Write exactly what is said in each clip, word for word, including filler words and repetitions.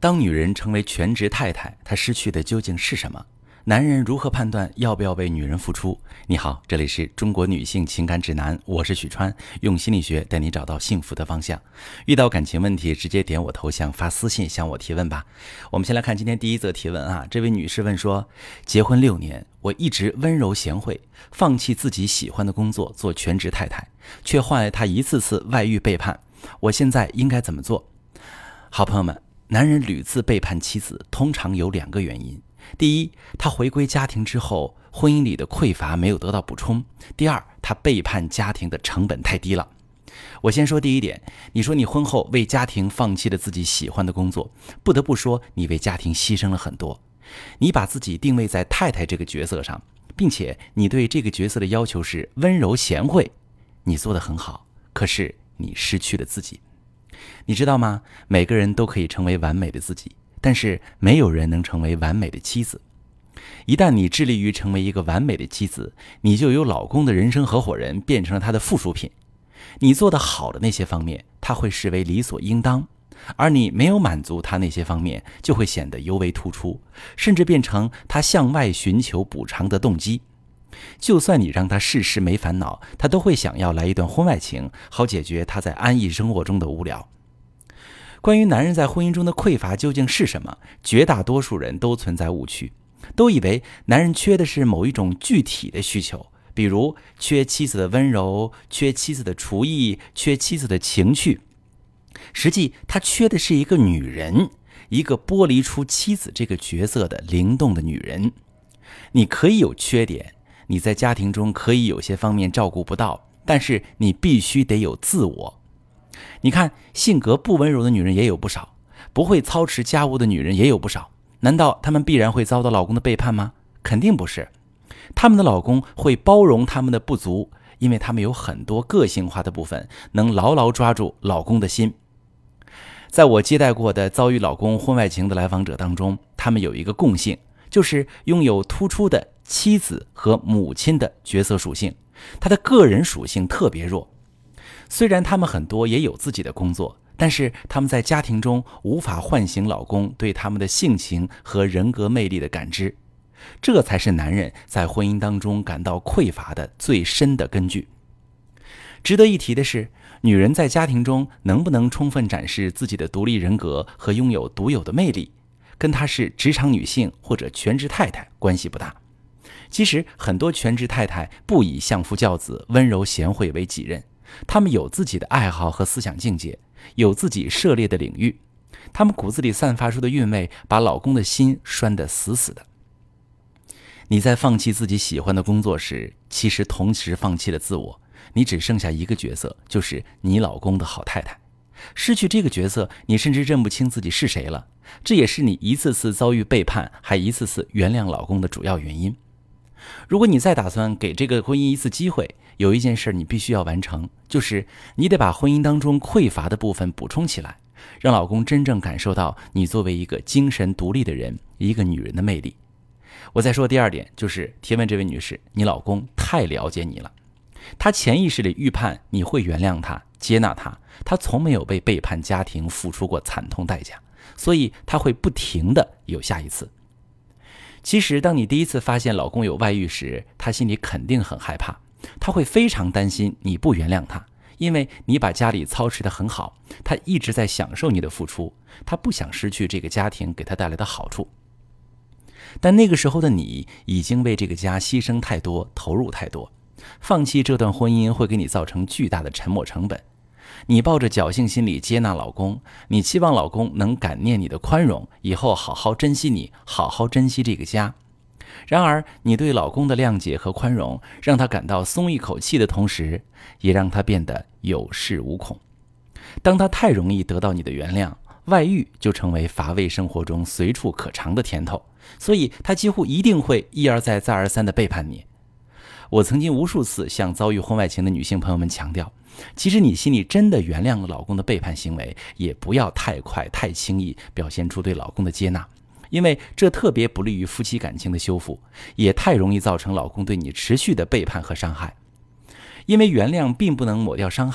当女人成为全职太太，她失去的究竟是什么？男人如何判断要不要为女人付出？你好，这里是中国女性情感指南，我是许川，用心理学带你找到幸福的方向。遇到感情问题，直接点我头像发私信向我提问吧。我们先来看今天第一则提问啊，这位女士问说，结婚六年，我一直温柔贤惠，放弃自己喜欢的工作做全职太太，却换来她一次次外遇背叛，我现在应该怎么做？好朋友们，男人屡次背叛妻子，通常有两个原因。第一，他回归家庭之后，婚姻里的匮乏没有得到补充；第二，他背叛家庭的成本太低了。我先说第一点，你说你婚后为家庭放弃了自己喜欢的工作，不得不说你为家庭牺牲了很多。你把自己定位在太太这个角色上，并且你对这个角色的要求是温柔贤惠，你做得很好，可是你失去了自己。你知道吗？每个人都可以成为完美的自己，但是没有人能成为完美的妻子。一旦你致力于成为一个完美的妻子，你就由老公的人生合伙人变成了他的附属品。你做得好的那些方面，他会视为理所应当，而你没有满足他那些方面，就会显得尤为突出，甚至变成他向外寻求补偿的动机。就算你让他事事没烦恼，他都会想要来一段婚外情，好解决他在安逸生活中的无聊。关于男人在婚姻中的匮乏究竟是什么，绝大多数人都存在误区，都以为男人缺的是某一种具体的需求，比如缺妻子的温柔，缺妻子的厨艺，缺妻子的情趣。实际他缺的是一个女人，一个剥离出妻子这个角色的灵动的女人。你可以有缺点，你在家庭中可以有些方面照顾不到，但是你必须得有自我。你看，性格不温柔的女人也有不少，不会操持家务的女人也有不少，难道她们必然会遭到老公的背叛吗？肯定不是。她们的老公会包容她们的不足，因为她们有很多个性化的部分，能牢牢抓住老公的心。在我接待过的遭遇老公婚外情的来访者当中，他们有一个共性，就是拥有突出的妻子和母亲的角色属性，她的个人属性特别弱。虽然他们很多也有自己的工作，但是他们在家庭中无法唤醒老公对他们的性情和人格魅力的感知，这才是男人在婚姻当中感到匮乏的最深的根据。值得一提的是，女人在家庭中能不能充分展示自己的独立人格和拥有独有的魅力，跟她是职场女性或者全职太太关系不大。其实很多全职太太不以相夫教子、温柔贤惠为己任，他们有自己的爱好和思想境界，有自己涉猎的领域，他们骨子里散发出的韵味把老公的心拴得死死的。你在放弃自己喜欢的工作时，其实同时放弃了自我，你只剩下一个角色，就是你老公的好太太。失去这个角色，你甚至认不清自己是谁了，这也是你一次次遭遇背叛还一次次原谅老公的主要原因。如果你再打算给这个婚姻一次机会，有一件事你必须要完成，就是你得把婚姻当中匮乏的部分补充起来，让老公真正感受到你作为一个精神独立的人，一个女人的魅力。我再说第二点，就是提问这位女士，你老公太了解你了，他潜意识里预判你会原谅他，接纳他，他从没有为背叛家庭付出过惨痛代价，所以他会不停地有下一次。其实当你第一次发现老公有外遇时，他心里肯定很害怕，他会非常担心你不原谅他，因为你把家里操持得很好，他一直在享受你的付出，他不想失去这个家庭给他带来的好处。但那个时候的你已经为这个家牺牲太多，投入太多，放弃这段婚姻会给你造成巨大的沉没成本。你抱着侥幸心理接纳老公，你期望老公能感念你的宽容，以后好好珍惜你，好好珍惜这个家。然而你对老公的谅解和宽容，让他感到松一口气的同时，也让他变得有恃无恐。当他太容易得到你的原谅，外遇就成为乏味生活中随处可尝的甜头，所以他几乎一定会一而再再而三地背叛你。我曾经无数次向遭遇婚外情的女性朋友们强调，其实你心里真的原谅了老公的背叛行为，也不要太快太轻易表现出对老公的接纳，因为这特别不利于夫妻感情的修复，也太容易造成老公对你持续的背叛和伤害。因为原谅并不能抹掉伤害，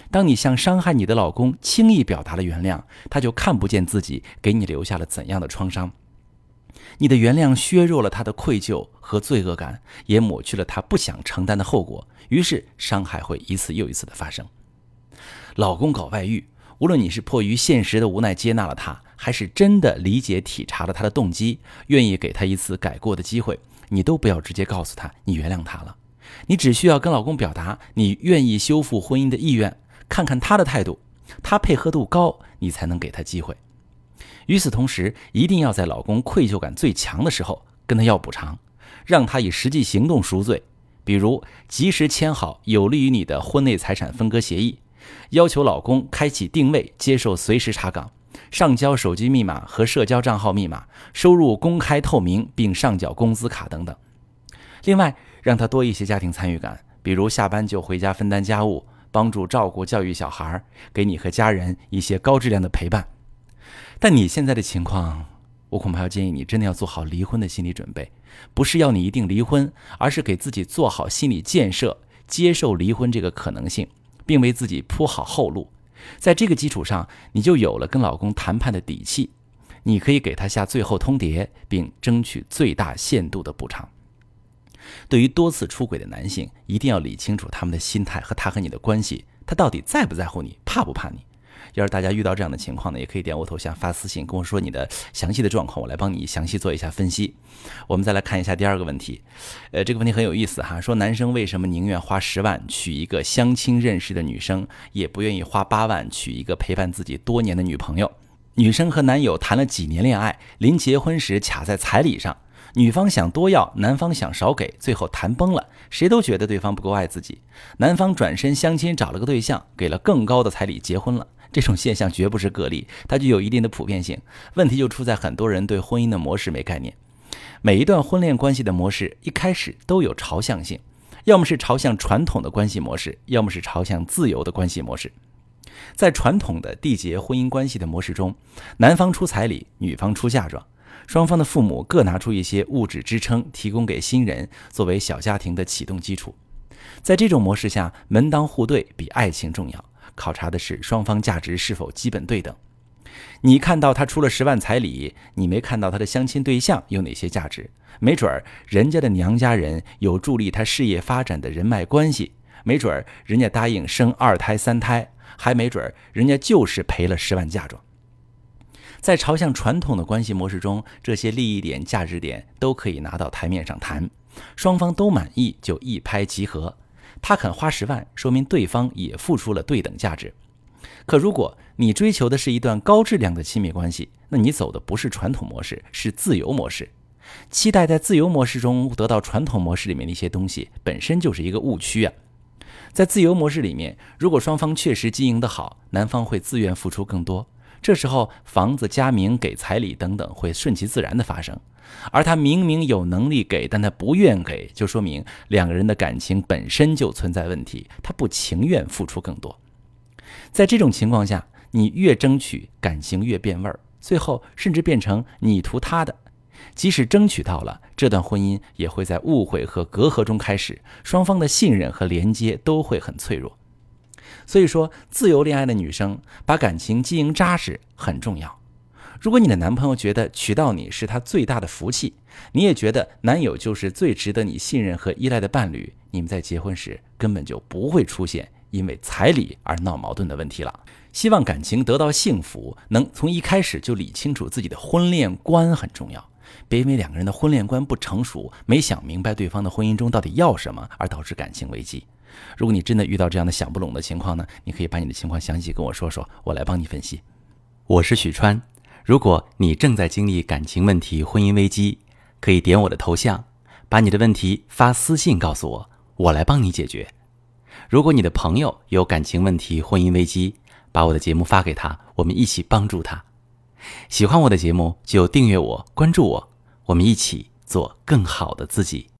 当你向伤害你的老公轻易表达了原谅，他就看不见自己给你留下了怎样的创伤。你的原谅削弱了他的愧疚和罪恶感，也抹去了他不想承担的后果，于是伤害会一次又一次的发生。老公搞外遇，无论你是迫于现实的无奈接纳了他，还是真的理解体察了他的动机，愿意给他一次改过的机会，你都不要直接告诉他你原谅他了。你只需要跟老公表达你愿意修复婚姻的意愿，看看他的态度，他配合度高，你才能给他机会。与此同时，一定要在老公愧疚感最强的时候跟他要补偿，让他以实际行动赎罪。比如及时签好有利于你的婚内财产分割协议，要求老公开启定位，接受随时查岗，上交手机密码和社交账号密码，收入公开透明，并上缴工资卡等等。另外，让他多一些家庭参与感，比如下班就回家分担家务，帮助照顾教育小孩，给你和家人一些高质量的陪伴。但你现在的情况，我恐怕要建议你真的要做好离婚的心理准备，不是要你一定离婚，而是给自己做好心理建设，接受离婚这个可能性，并为自己铺好后路。在这个基础上，你就有了跟老公谈判的底气，你可以给他下最后通牒，并争取最大限度的补偿。对于多次出轨的男性，一定要理清楚他们的心态和他和你的关系，他到底在不在乎你，怕不怕你。要是大家遇到这样的情况呢，也可以点我头像发私信跟我说你的详细的状况，我来帮你详细做一下分析。我们再来看一下第二个问题，呃，这个问题很有意思哈，说男生为什么宁愿花十万娶一个相亲认识的女生，也不愿意花八万娶一个陪伴自己多年的女朋友？女生和男友谈了几年恋爱，临结婚时卡在彩礼上，女方想多要，男方想少给，最后谈崩了，谁都觉得对方不够爱自己。男方转身相亲找了个对象，给了更高的彩礼结婚了。这种现象绝不是个例，它具有一定的普遍性。问题就出在很多人对婚姻的模式没概念。每一段婚恋关系的模式一开始都有朝向性，要么是朝向传统的关系模式，要么是朝向自由的关系模式。在传统的缔结婚姻关系的模式中，男方出彩礼，女方出嫁妆，双方的父母各拿出一些物质支撑，提供给新人作为小家庭的启动基础。在这种模式下，门当户对比爱情重要，考察的是双方价值是否基本对等。你看到他出了十万彩礼，你没看到他的相亲对象有哪些价值，没准儿人家的娘家人有助力他事业发展的人脉关系，没准儿人家答应生二胎三胎，还没准儿人家就是赔了十万嫁妆。在朝向传统的关系模式中，这些利益点、价值点都可以拿到台面上谈，双方都满意就一拍即合。他肯花十万，说明对方也付出了对等价值。可如果你追求的是一段高质量的亲密关系，那你走的不是传统模式，是自由模式。期待在自由模式中得到传统模式里面的一些东西，本身就是一个误区啊。在自由模式里面，如果双方确实经营得好，男方会自愿付出更多，这时候房子、家名、给彩礼等等会顺其自然的发生。而他明明有能力给，但他不愿给，就说明两个人的感情本身就存在问题，他不情愿付出更多。在这种情况下，你越争取，感情越变味儿，最后甚至变成你图他的。即使争取到了，这段婚姻也会在误会和隔阂中开始，双方的信任和连接都会很脆弱。所以说，自由恋爱的女生把感情经营扎实很重要。如果你的男朋友觉得娶到你是他最大的福气，你也觉得男友就是最值得你信任和依赖的伴侣，你们在结婚时根本就不会出现因为彩礼而闹矛盾的问题了。希望感情得到幸福，能从一开始就理清楚自己的婚恋观很重要。别因为两个人的婚恋观不成熟，没想明白对方的婚姻中到底要什么，而导致感情危机。如果你真的遇到这样的想不拢的情况呢，你可以把你的情况详细跟我说说，我来帮你分析。我是许川，如果你正在经历感情问题、婚姻危机，可以点我的头像，把你的问题发私信告诉我，我来帮你解决。如果你的朋友有感情问题、婚姻危机，把我的节目发给他，我们一起帮助他。喜欢我的节目就订阅我、关注我，我们一起做更好的自己。